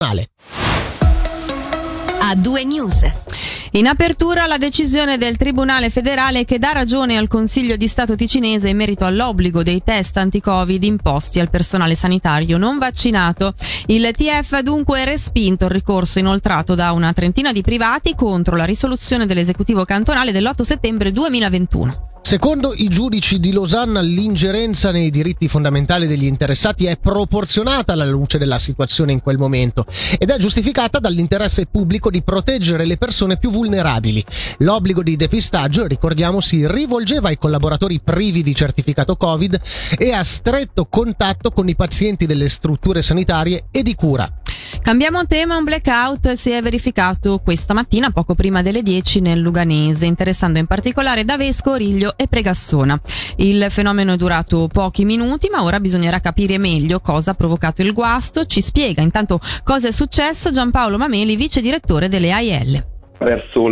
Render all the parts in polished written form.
A2 News. In apertura la decisione del Tribunale federale che dà ragione al Consiglio di Stato ticinese in merito all'obbligo dei test anti-Covid imposti al personale sanitario non vaccinato. Il TF ha dunque respinto il ricorso inoltrato da una trentina di privati contro la risoluzione dell'esecutivo cantonale dell'8 settembre 2021. Secondo i giudici di Losanna, l'ingerenza nei diritti fondamentali degli interessati è proporzionata alla luce della situazione in quel momento ed è giustificata dall'interesse pubblico di proteggere le persone più vulnerabili. L'obbligo di depistaggio, ricordiamo, si rivolgeva ai collaboratori privi di certificato Covid e a stretto contatto con i pazienti delle strutture sanitarie e di cura. Cambiamo tema, un blackout si è verificato questa mattina poco prima delle 10 nel Luganese, interessando in particolare Davesco, Origlio e Pregassona. Il fenomeno è durato pochi minuti, ma ora bisognerà capire meglio cosa ha provocato il guasto. Ci spiega intanto cosa è successo Giampaolo Mameli, vice direttore delle AIL. Verso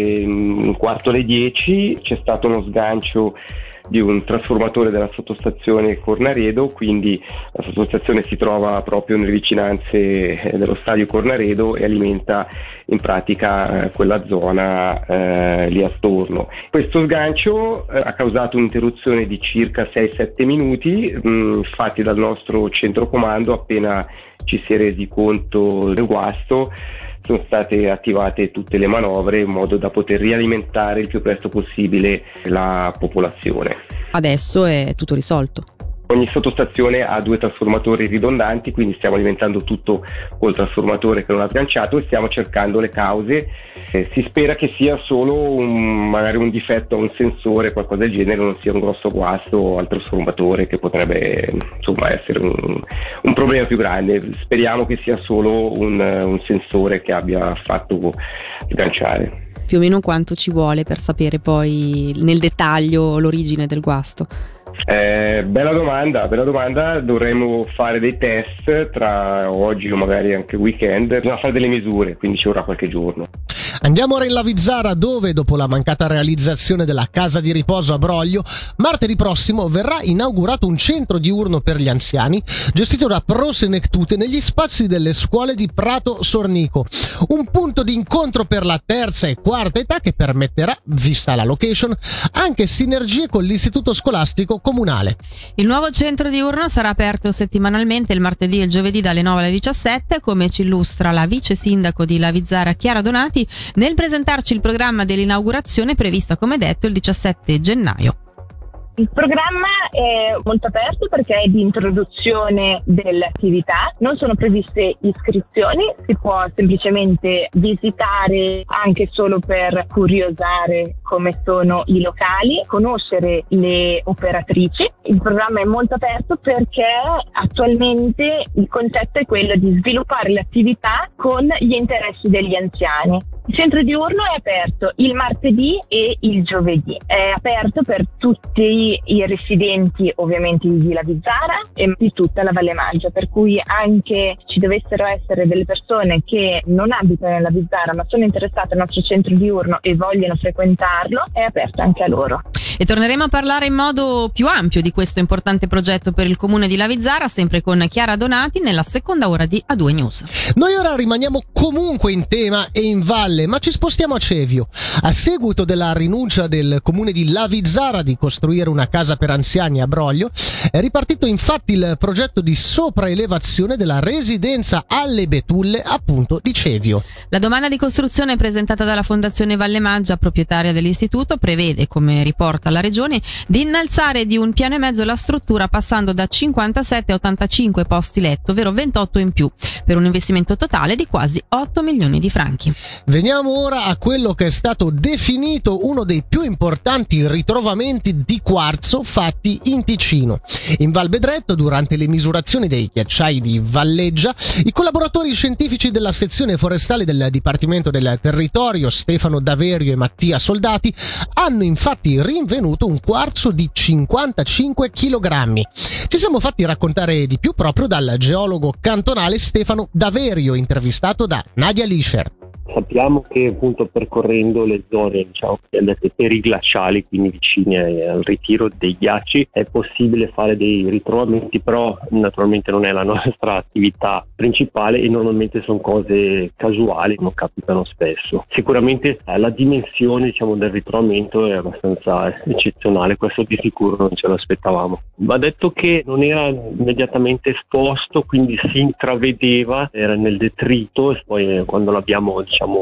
un quarto alle 10 c'è stato uno sgancio di un trasformatore della sottostazione Cornaredo, quindi la sottostazione si trova proprio nelle vicinanze dello stadio Cornaredo e alimenta in pratica quella zona lì attorno. Questo sgancio ha causato un'interruzione di circa 6-7 minuti fatti dal nostro centro comando. Appena ci si è resi conto del guasto, sono state attivate tutte le manovre in modo da poter rialimentare il più presto possibile la popolazione. Adesso è tutto risolto. Ogni sottostazione ha 2 trasformatori ridondanti, quindi stiamo alimentando tutto col trasformatore che non ha sganciato e stiamo cercando le cause. Si spera che sia solo magari un difetto a un sensore, qualcosa del genere, non sia un grosso guasto al trasformatore che potrebbe essere un problema più grande. Speriamo che sia solo un sensore che abbia fatto sganciare. Più o meno quanto ci vuole per sapere poi nel dettaglio l'origine del guasto? Bella domanda. Dovremmo fare dei test tra oggi o magari anche weekend. Bisogna fare delle misure, quindi ci vorrà qualche giorno. Andiamo ora in Lavizzara, dove dopo la mancata realizzazione della casa di riposo a Broglio, martedì prossimo verrà inaugurato un centro diurno per gli anziani gestito da Pro Senectute negli spazi delle scuole di Prato Sornico. Un punto di incontro per la terza e quarta età che permetterà, vista la location, anche sinergie con l'istituto scolastico comunale. Il nuovo centro diurno sarà aperto settimanalmente il martedì e il giovedì dalle 9 alle 17, come ci illustra la vice sindaco di Lavizzara Chiara Donati nel presentarci il programma dell'inaugurazione prevista, come detto, il 17 gennaio. Il programma è molto aperto perché è di introduzione dell'attività, non sono previste iscrizioni, si può semplicemente visitare anche solo per curiosare come sono i locali, conoscere le operatrici. Il programma è molto aperto perché attualmente il concetto è quello di sviluppare l'attività con gli interessi degli anziani. Il centro diurno è aperto il martedì e il giovedì, è aperto per tutti i residenti ovviamente di Lavizzara e di tutta la Valle Maggia, per cui anche ci dovessero essere delle persone che non abitano nella Lavizzara ma sono interessate al nostro centro diurno e vogliono frequentarlo, è aperto anche a loro. E torneremo a parlare in modo più ampio di questo importante progetto per il comune di Lavizzara, sempre con Chiara Donati, nella seconda ora di A2 News. Noi ora rimaniamo comunque in tema e in valle, ma ci spostiamo a Cevio. A seguito della rinuncia del comune di Lavizzara di costruire una casa per anziani a Broglio, è ripartito infatti il progetto di sopraelevazione della residenza alle Betulle, appunto di Cevio. La domanda di costruzione presentata dalla Fondazione Valle Maggia, proprietaria dell'istituto, prevede, come riporta la regione, di innalzare di 1,5 piani la struttura, passando da 57 a 85 posti letto, ovvero 28 in più, per un investimento totale di quasi 8 milioni di franchi. Veniamo ora a quello che è stato definito uno dei più importanti ritrovamenti di quarzo fatti in Ticino. In Val Bedretto, durante le misurazioni dei ghiacciai di Valleggia, i collaboratori scientifici della sezione forestale del Dipartimento del Territorio, Stefano Daverio e Mattia Soldati, hanno infatti rinvenuto un quarzo di 55 kg. Ci siamo fatti raccontare di più proprio dal geologo cantonale Stefano Daverio, intervistato da Nadia Lischer. Sappiamo che appunto percorrendo le zone periglaciali, quindi vicine al ritiro dei ghiacci, è possibile fare dei ritrovamenti, però naturalmente non è la nostra attività principale e normalmente sono cose casuali, non capitano spesso. Sicuramente la dimensione del ritrovamento è abbastanza eccezionale, questo di sicuro non ce l'aspettavamo. Va detto che non era immediatamente esposto, quindi si intravedeva, era nel detrito, e poi quando l'abbiamo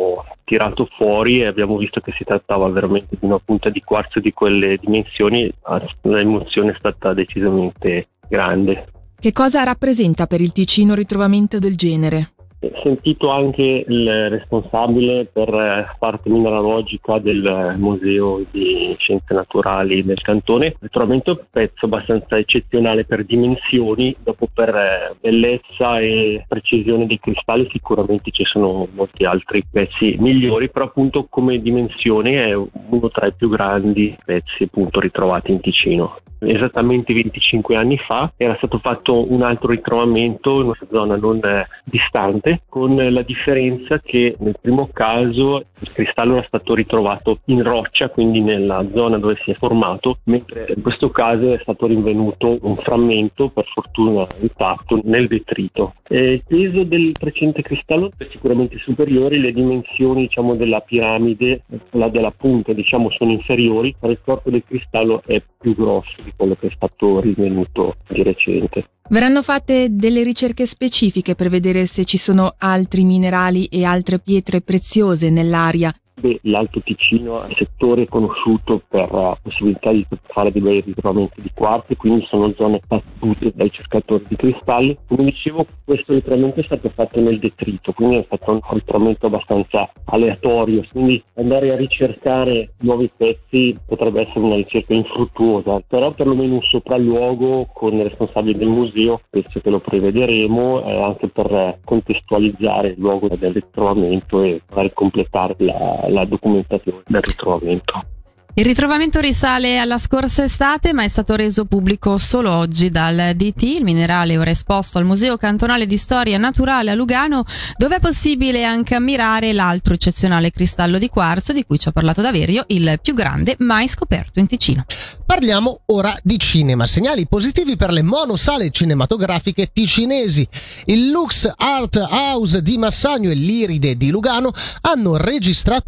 tirato fuori abbiamo visto che si trattava veramente di una punta di quarzo di quelle dimensioni. L'emozione è stata decisamente grande. Che cosa rappresenta per il Ticino un ritrovamento del genere? Sentito anche il responsabile per parte mineralogica del Museo di Scienze Naturali del Cantone. Il ritrovamento è un pezzo abbastanza eccezionale per dimensioni, dopo per bellezza e precisione dei cristalli sicuramente ci sono molti altri pezzi migliori, però appunto come dimensione è uno tra i più grandi pezzi appunto ritrovati in Ticino. Esattamente 25 anni fa era stato fatto un altro ritrovamento in una zona non distante, con la differenza che nel primo caso il cristallo era stato ritrovato in roccia, quindi nella zona dove si è formato, mentre in questo caso è stato rinvenuto un frammento, per fortuna intatto, nel detrito. Il peso del precedente cristallo è sicuramente superiore, le dimensioni della piramide, quella della punta sono inferiori, ma il corpo del cristallo è più grosso di quello che è stato rinvenuto di recente. Verranno fatte delle ricerche specifiche per vedere se ci sono altri minerali e altre pietre preziose nell'area. L'Alto Ticino è un settore conosciuto per la possibilità di fare dei bei ritrovamenti di quarzi, quindi sono zone battute dai cercatori di cristalli. Come dicevo, questo ritrovamento è stato fatto nel detrito, quindi è stato un ritrovamento abbastanza aleatorio, quindi andare a ricercare nuovi pezzi potrebbe essere una ricerca infruttuosa, però perlomeno un sopralluogo con il responsabile del museo penso che lo prevederemo, anche per contestualizzare il luogo del ritrovamento e magari completare la documentazione del ritrovamento. Il ritrovamento risale alla scorsa estate, ma è stato reso pubblico solo oggi dal DT. Il minerale ora è esposto al Museo Cantonale di Storia Naturale a Lugano, dove è possibile anche ammirare l'altro eccezionale cristallo di quarzo di cui ci ha parlato Daverio, il più grande mai scoperto in Ticino. Parliamo ora di cinema. Segnali positivi per le monosale cinematografiche ticinesi. Il Lux Art House di Massagno e l'Iride di Lugano hanno registrato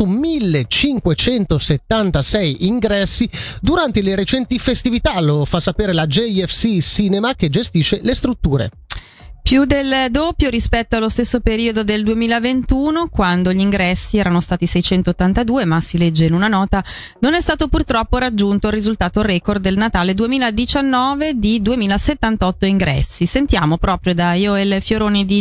1576 ingressi durante le recenti festività, lo fa sapere la JFC Cinema che gestisce le strutture. Più del doppio rispetto allo stesso periodo del 2021, quando gli ingressi erano stati 682, ma si legge in una nota, non è stato purtroppo raggiunto il risultato record del Natale 2019 di 2078 ingressi. Sentiamo proprio da Joel Fioroni di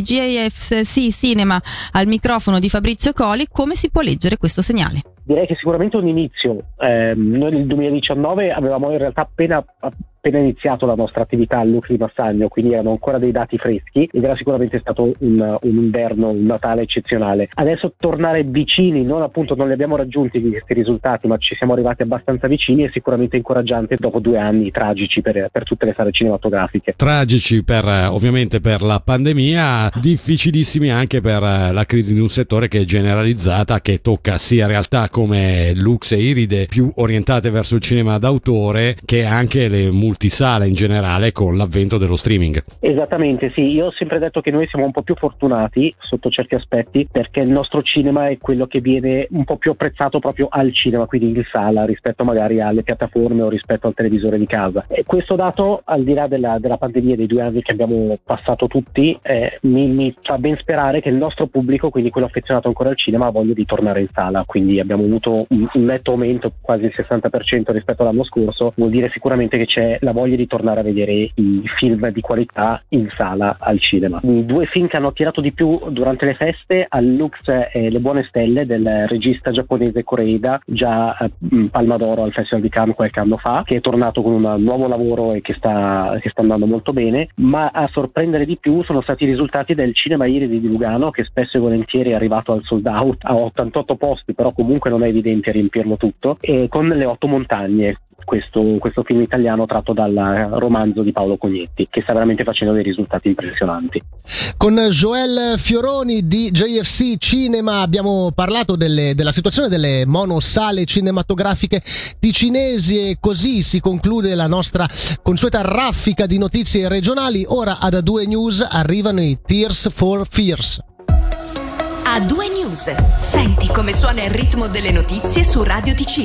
JFC Cinema al microfono di Fabrizio Coli come si può leggere questo segnale. Direi che sicuramente un inizio. Noi nel 2019 avevamo in realtà appena iniziato la nostra attività al Lux di Massagno, quindi erano ancora dei dati freschi ed era sicuramente stato un inverno, un Natale eccezionale. Adesso tornare vicini, non li abbiamo raggiunti questi risultati, ma ci siamo arrivati abbastanza vicini, è sicuramente incoraggiante dopo 2 anni tragici per tutte le sale cinematografiche. Tragici ovviamente per la pandemia, difficilissimi anche per la crisi di un settore che è generalizzata, che tocca sia realtà come Lux e Iride più orientate verso il cinema d'autore che anche le multisale in generale con l'avvento dello streaming. Esattamente, sì, io ho sempre detto che noi siamo un po' più fortunati sotto certi aspetti perché il nostro cinema è quello che viene un po' più apprezzato proprio al cinema, quindi in sala, rispetto magari alle piattaforme o rispetto al televisore di casa. E questo dato, al di là della pandemia, dei 2 anni che abbiamo passato tutti, mi fa ben sperare che il nostro pubblico, quindi quello affezionato ancora al cinema, ha voglia di tornare in sala, quindi abbiamo avuto un netto aumento, quasi il 60% rispetto all'anno scorso. Vuol dire sicuramente che c'è la voglia di tornare a vedere i film di qualità in sala al cinema. I 2 film che hanno attirato di più durante le feste al Lux Le buone stelle del regista giapponese Koreeda, già Palma d'Oro al Festival di Cannes qualche anno fa, che è tornato con un nuovo lavoro e che sta andando molto bene, ma a sorprendere di più sono stati i risultati del Cinema Iride di Lugano, che spesso e volentieri è arrivato al sold out a 88 posti, però comunque non è evidente riempirlo tutto, e con Le 8 montagne, questo film italiano tratto dal romanzo di Paolo Cognetti, che sta veramente facendo dei risultati impressionanti. Con Joel Fioroni di JFC Cinema abbiamo parlato della situazione delle monosale cinematografiche ticinesi, e così si conclude la nostra consueta raffica di notizie regionali. Ora ad A2 News arrivano i Tears for Fears. A2 News. Senti come suona il ritmo delle notizie su Radio Ticino.